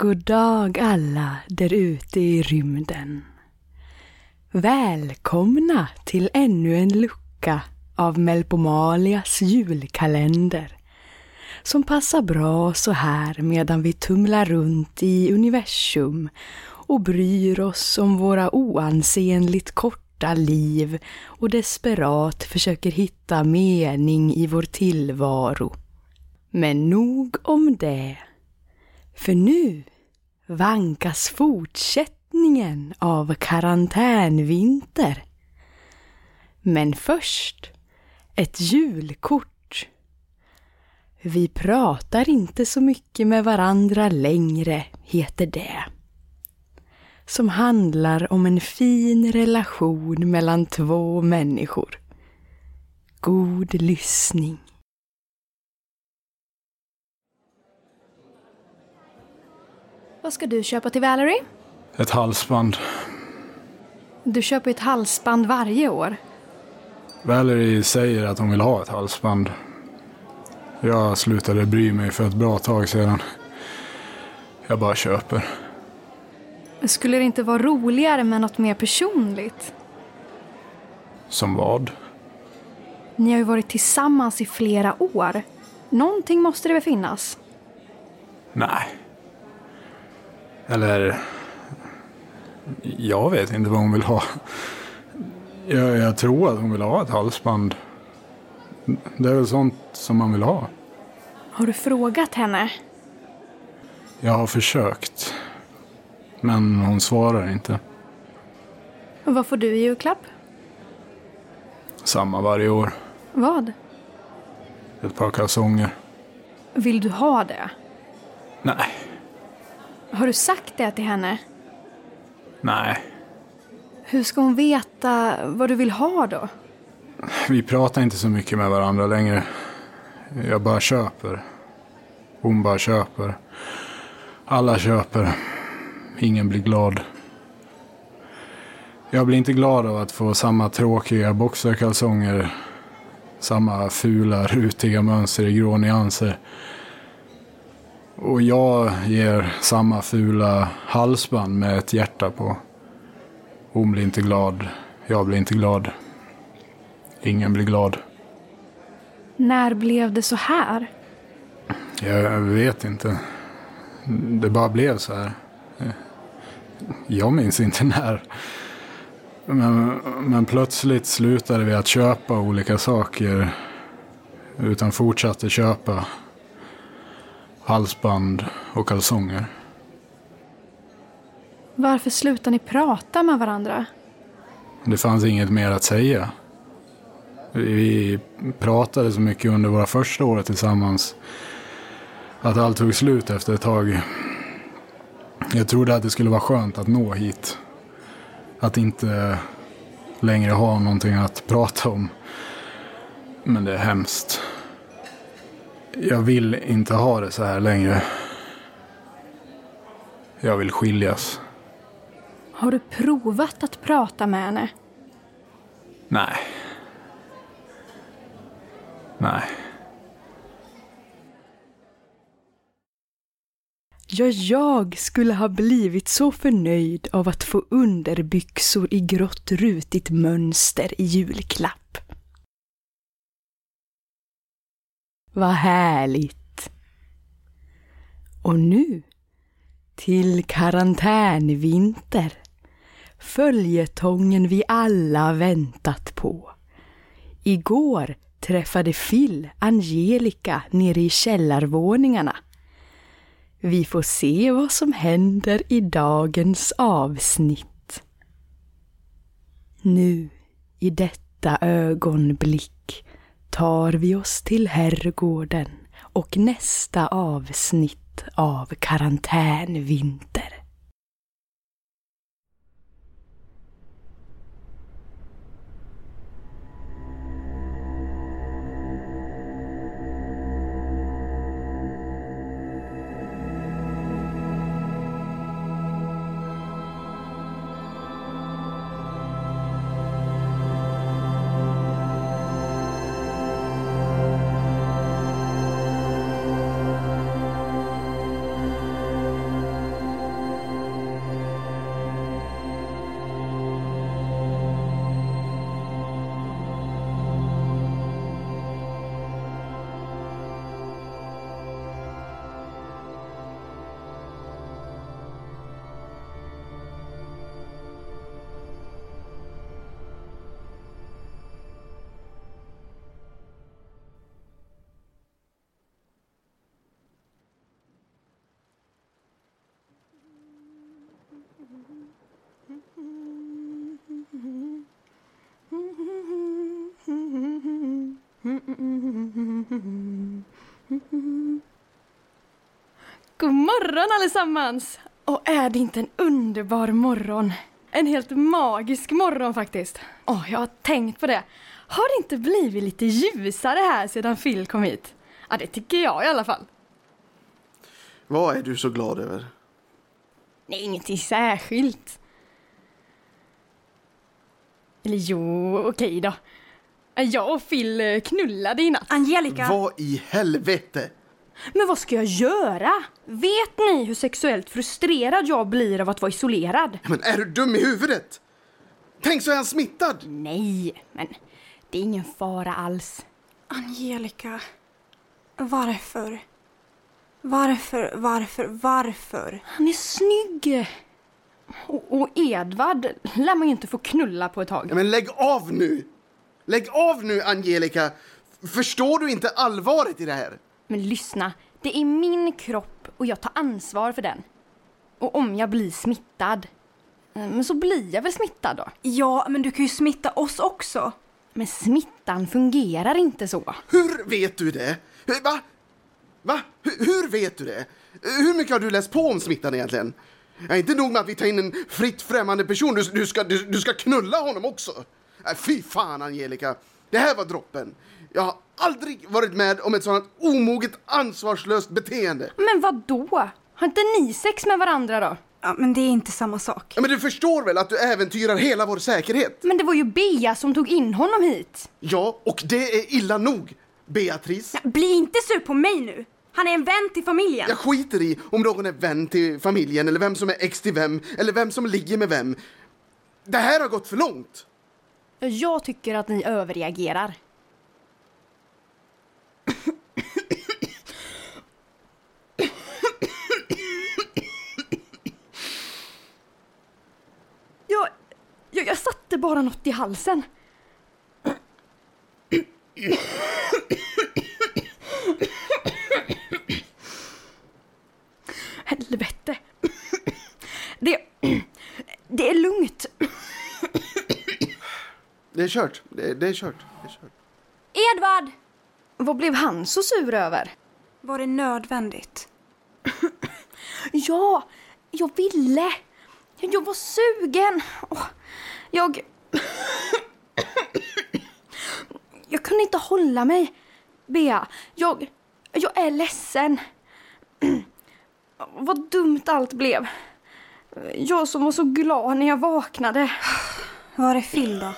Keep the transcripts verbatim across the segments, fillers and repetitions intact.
God dag alla där ute i rymden. Välkomna till ännu en lucka av Melpomalias julkalender som passar bra så här medan vi tumlar runt i universum och bryr oss om våra oansenligt korta liv och desperat försöker hitta mening i vår tillvaro. Men nog om det. För nu vankas fortsättningen av karantänvinter. Men först ett julkort. Vi pratar inte så mycket med varandra längre, heter det. Som handlar om en fin relation mellan två människor. God lyssning. Vad ska du köpa till Valerie? Ett halsband. Du köper ett halsband varje år. Valerie säger att hon vill ha ett halsband. Jag slutade bry mig för ett bra tag sedan. Jag bara köper. Skulle det inte vara roligare med något mer personligt? Som vad? Ni har ju varit tillsammans i flera år. Någonting måste det väl finnas? Nej. Eller... Jag vet inte vad hon vill ha. Jag, jag tror att hon vill ha ett halsband. Det är väl sånt som man vill ha. Har du frågat henne? Jag har försökt. Men hon svarar inte. Och vad får du i julklapp? Samma varje år. Vad? Ett par kalsonger. Vill du ha det? Nej. Har du sagt det till henne? Nej. Hur ska hon veta vad du vill ha då? Vi pratar inte så mycket med varandra längre. Jag bara köper. Hon bara köper. Alla köper. Ingen blir glad. Jag blir inte glad av att få samma tråkiga boxerkalsonger. Samma fula, rutiga mönster i grå nyanser. Och jag ger samma fula halsband med ett hjärta på. Hon blir inte glad. Jag blir inte glad. Ingen blir glad. När blev det så här? Jag vet inte. Det bara blev så här. Jag minns inte när. Men, men plötsligt slutade vi att köpa olika saker. Utan fortsatte köpa halsband och kalsonger. Varför slutar ni prata med varandra? Det fanns inget mer att säga. Vi pratade så mycket under våra första år tillsammans att allt tog slut efter ett tag. Jag trodde att det skulle vara skönt att nå hit. Att inte längre ha någonting att prata om. Men det är hemskt. Jag vill inte ha det så här längre. Jag vill skiljas. Har du provat att prata med henne? Nej. Nej. Ja, jag skulle ha blivit så förnöjd av att få underbyxor i grått rutigt mönster i julklapp. Vad härligt. Och nu till karantänvinter. Följetongen vi alla väntat på. Igår träffade Phil Angelica nere i källarvåningarna. Vi får se vad som händer i dagens avsnitt. Nu, i detta ögonblick, tar vi oss till herrgården och nästa avsnitt av karantänvinter. God morgon allesammans! Och är det inte en underbar morgon? En helt magisk morgon faktiskt. Åh, jag har tänkt på det. Har det inte blivit lite ljusare här sedan Phil kom hit? Ja, det tycker jag i alla fall. Vad är du så glad över? Nej, ingenting särskilt. Eller jo, okej då. Jag och Phil knullade i natt. Angelica! Vad i helvete? Men vad ska jag göra? Vet ni hur sexuellt frustrerad jag blir av att vara isolerad? Men är du dum i huvudet? Tänk så är han smittad. Nej, men det är ingen fara alls. Angelica, varför? Varför, varför, varför? Han är snygg. Och, och Edvard lär man ju inte få knulla på ett tag. Ja, men lägg av nu. Lägg av nu, Angelica. Förstår du inte allvaret i det här? Men lyssna, det är min kropp och jag tar ansvar för den. Och om jag blir smittad, men så blir jag väl smittad då? Ja, men du kan ju smitta oss också. Men smittan fungerar inte så. Hur vet du det? Va? Va? Hur, hur vet du det? Hur mycket har du läst på om smittan egentligen? Jag är inte nog med att vi tar in en fritt främmande person. Du, du, ska, du, du ska knulla honom också. Äh, fy fan, Angelica. Det här var droppen. Jag har aldrig varit med om ett sådant omoget, ansvarslöst beteende. Men vad då? Har inte ni sex med varandra då? Ja, men det är inte samma sak. Ja, men du förstår väl att du äventyrar hela vår säkerhet? Men det var ju Bea som tog in honom hit. Ja, och det är illa nog, Beatrice. Ja, bli inte sur på mig nu. Han är en vän till familjen. Jag skiter i om någon är vän till familjen eller vem som är ex till vem eller vem som ligger med vem. Det här har gått för långt. Jag tycker att ni överreagerar. Jag, jag, jag satte bara något i halsen. Helvete. Det, det är lugnt. Det är kört. Det, det är kört. Det är kört. Edvard! Vad blev han så sur över? Var det nödvändigt? Ja, jag ville. Jag var sugen. Jag... Jag kunde inte hålla mig. Bea, jag... Jag är ledsen. Vad dumt allt blev. Jag som var så glad när jag vaknade. Var är Phil då?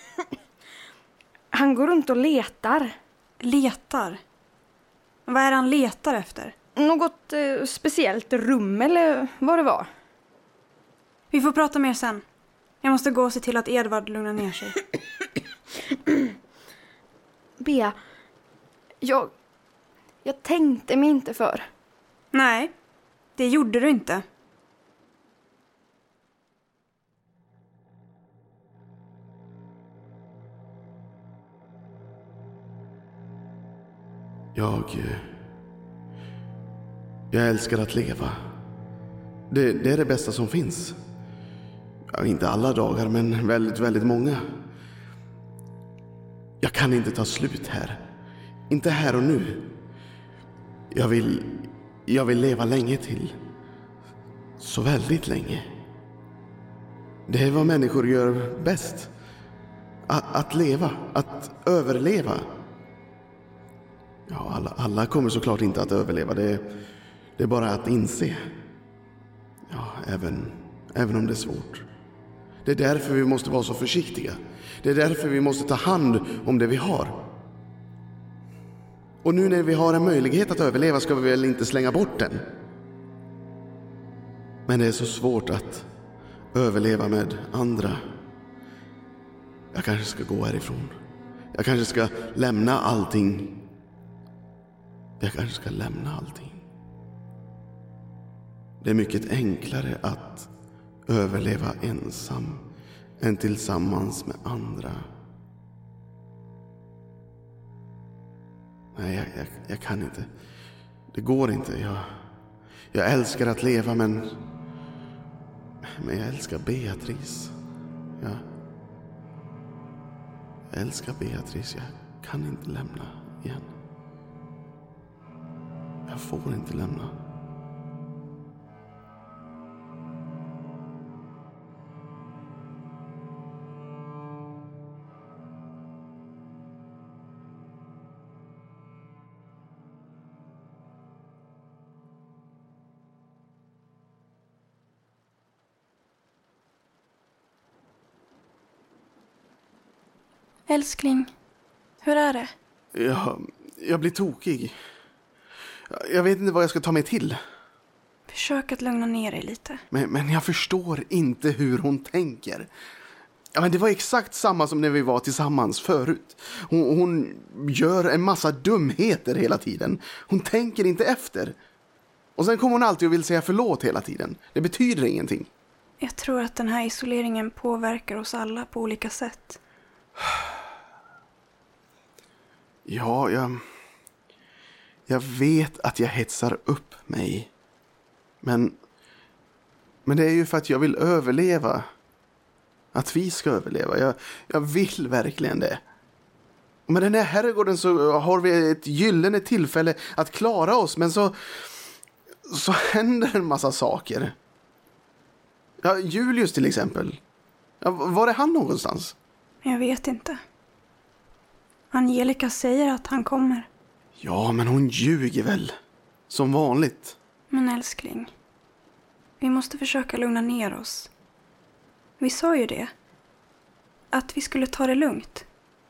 Han går runt och letar. Letar? Vad är det han letar efter? Något eh, speciellt rum eller vad det var. Vi får prata mer sen. Jag måste gå och se till att Edvard lugnar ner sig. Bea, jag... Jag tänkte mig inte för. Nej, det gjorde du inte. Jag... Jag älskar att leva. Det, det är det bästa som finns. Ja, inte alla dagar, men väldigt, väldigt många. Jag kan inte ta slut här. Inte här och nu. Jag vill... Jag vill leva länge till. Så väldigt länge. Det är vad människor gör bäst. Att, att leva. Att överleva. Ja, alla, alla kommer såklart inte att överleva. Det, det är bara att inse. Ja, även, även om det är svårt. Det är därför vi måste vara så försiktiga. Det är därför vi måste ta hand om det vi har. Och nu när vi har en möjlighet att överleva ska vi väl inte slänga bort den. Men det är så svårt att överleva med andra. Jag kanske ska gå härifrån. Jag kanske ska lämna allting. Jag kanske ska lämna allting. Det är mycket enklare att överleva ensam än tillsammans med andra. Nej, jag, jag, jag kan inte. Det går inte. Jag, jag älskar att leva, men... Men jag älskar Beatrice. Jag, jag älskar Beatrice. Jag kan inte lämna igen. Jag får inte lämna. Älskling, hur är det? Jag, jag blir tokig. Jag vet inte vad jag ska ta mig till. Försök att lugna ner dig lite. Men, men jag förstår inte hur hon tänker. Ja, men det var exakt samma som när vi var tillsammans förut. Hon, hon gör en massa dumheter hela tiden. Hon tänker inte efter. Och sen kommer hon alltid och vill säga förlåt hela tiden. Det betyder ingenting. Jag tror att den här isoleringen påverkar oss alla på olika sätt. Ja, jag... Jag vet att jag hetsar upp mig. Men... Men det är ju för att jag vill överleva. Att vi ska överleva. Jag, jag vill verkligen det. Och med den här herrgården så har vi ett gyllene tillfälle att klara oss. Men så... Så händer en massa saker. Ja, Julius till exempel. Ja, var är han någonstans? Jag vet inte. Angelica säger att han kommer. Ja, men hon ljuger väl. Som vanligt. Men älskling, vi måste försöka lugna ner oss. Vi sa ju det. Att vi skulle ta det lugnt.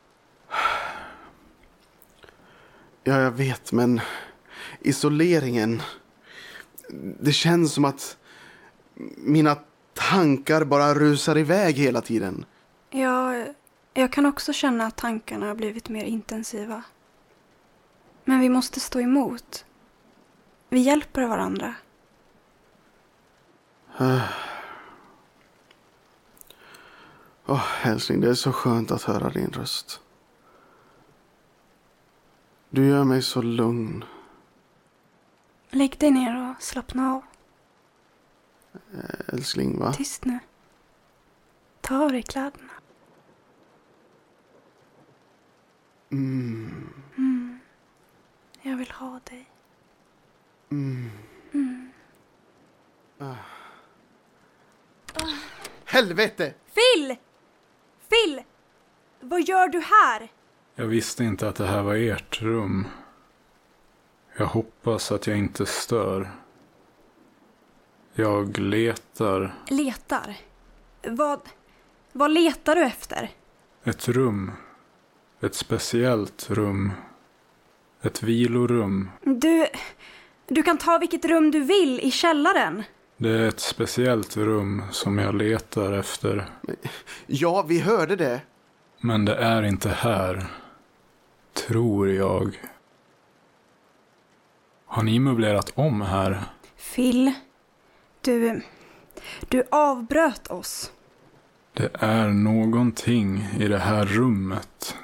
Ja, jag vet, men isoleringen... Det känns som att mina tankar bara rusar iväg hela tiden. Ja, jag kan också känna att tankarna har blivit mer intensiva. Men vi måste stå emot. Vi hjälper varandra. Åh, oh, älskling, det är så skönt att höra din röst. Du gör mig så lugn. Lägg dig ner och slappna av. Älskling, va? Tyst nu. Ta av dig kläderna. Mm. Mm. Jag vill ha dig. Mm. Mm. Ah. Helvete! Phil! Phil! Vad gör du här? Jag visste inte att det här var ert rum. Jag hoppas att jag inte stör. Jag letar Letar? Vad, vad letar du efter? ett rum. Ett speciellt rum. Ett vilorum. Du, du kan ta vilket rum du vill i källaren. Det är ett speciellt rum som jag letar efter. Ja, vi hörde det. Men det är inte här. Tror jag. Har ni möblerat om här? Phil, du, du avbröt oss. Det är någonting i det här rummet.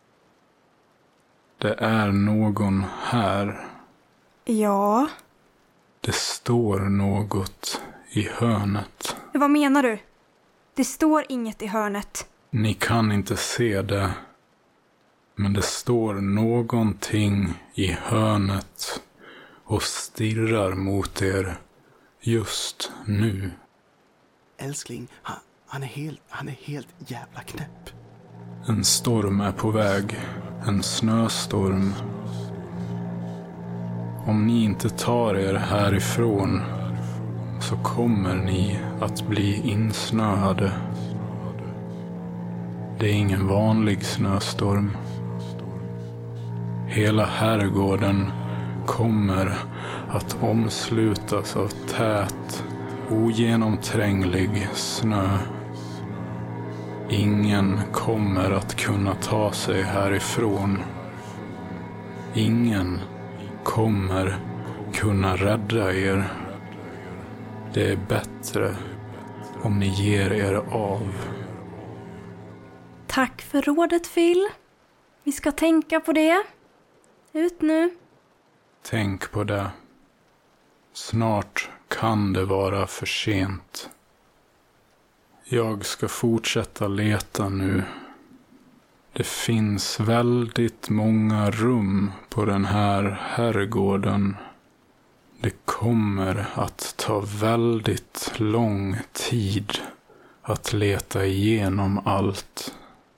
Det är någon här. Ja. Det står något i hörnet. Vad menar du? Det står inget i hörnet. Ni kan inte se det. Men det står någonting i hörnet och stirrar mot er just nu. Älskling, han, han, är helt, han är helt jävla knäpp. En storm är på väg. En snöstorm. Om ni inte tar er härifrån så kommer ni att bli insnöade. Det är ingen vanlig snöstorm. Hela herrgården kommer att omslutas av tät, ogenomtränglig snö. Ingen kommer att kunna ta sig härifrån. Ingen kommer kunna rädda er. Det är bättre om ni ger er av. Tack för rådet, Phil. Vi ska tänka på det. Ut nu. Tänk på det. Snart kan det vara för sent. Jag ska fortsätta leta nu. Det finns väldigt många rum på den här herrgården. Det kommer att ta väldigt lång tid att leta igenom allt.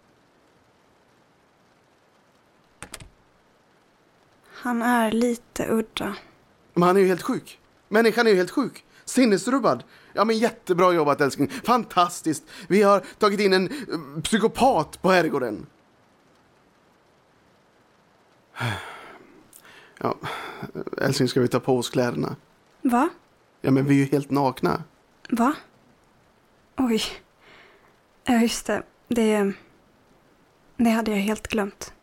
Han är lite udda. Men han är ju helt sjuk. Människan är ju helt sjuk. Sinnesrubbad. Ja, men jättebra jobbat, älskling. Fantastiskt. Vi har tagit in en uh, psykopat på herrgården. Ja, älskling, ska vi ta på oss kläderna? Va? Ja, men vi är ju helt nakna. Va? Oj. Ja, just det. Det, det hade jag helt glömt.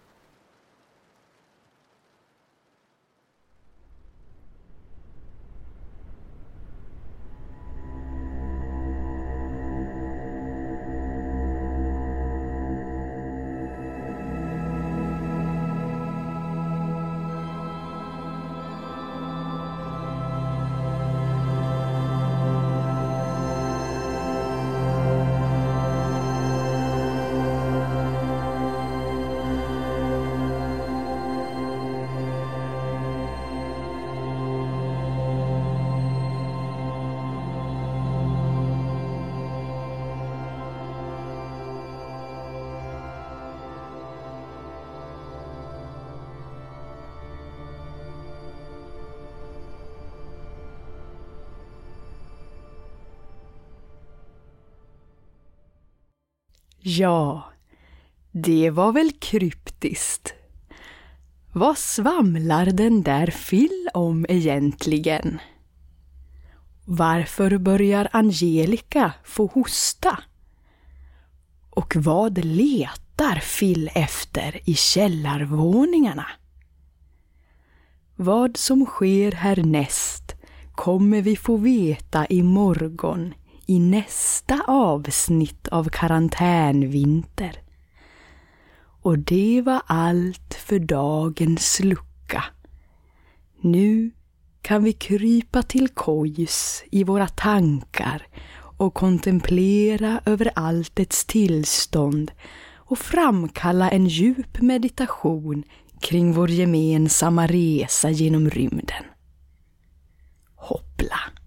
Ja, det var väl kryptiskt. Vad svamlar den där Phil om egentligen? Varför börjar Angelica få hosta? Och vad letar Phil efter i källarvåningarna? Vad som sker härnäst kommer vi få veta imorgon i nästa avsnitt av Karantänvinter. Och det var allt för dagens lucka. Nu kan vi krypa till kojs i våra tankar och kontemplera över alltets tillstånd och framkalla en djup meditation kring vår gemensamma resa genom rymden. Hoppla!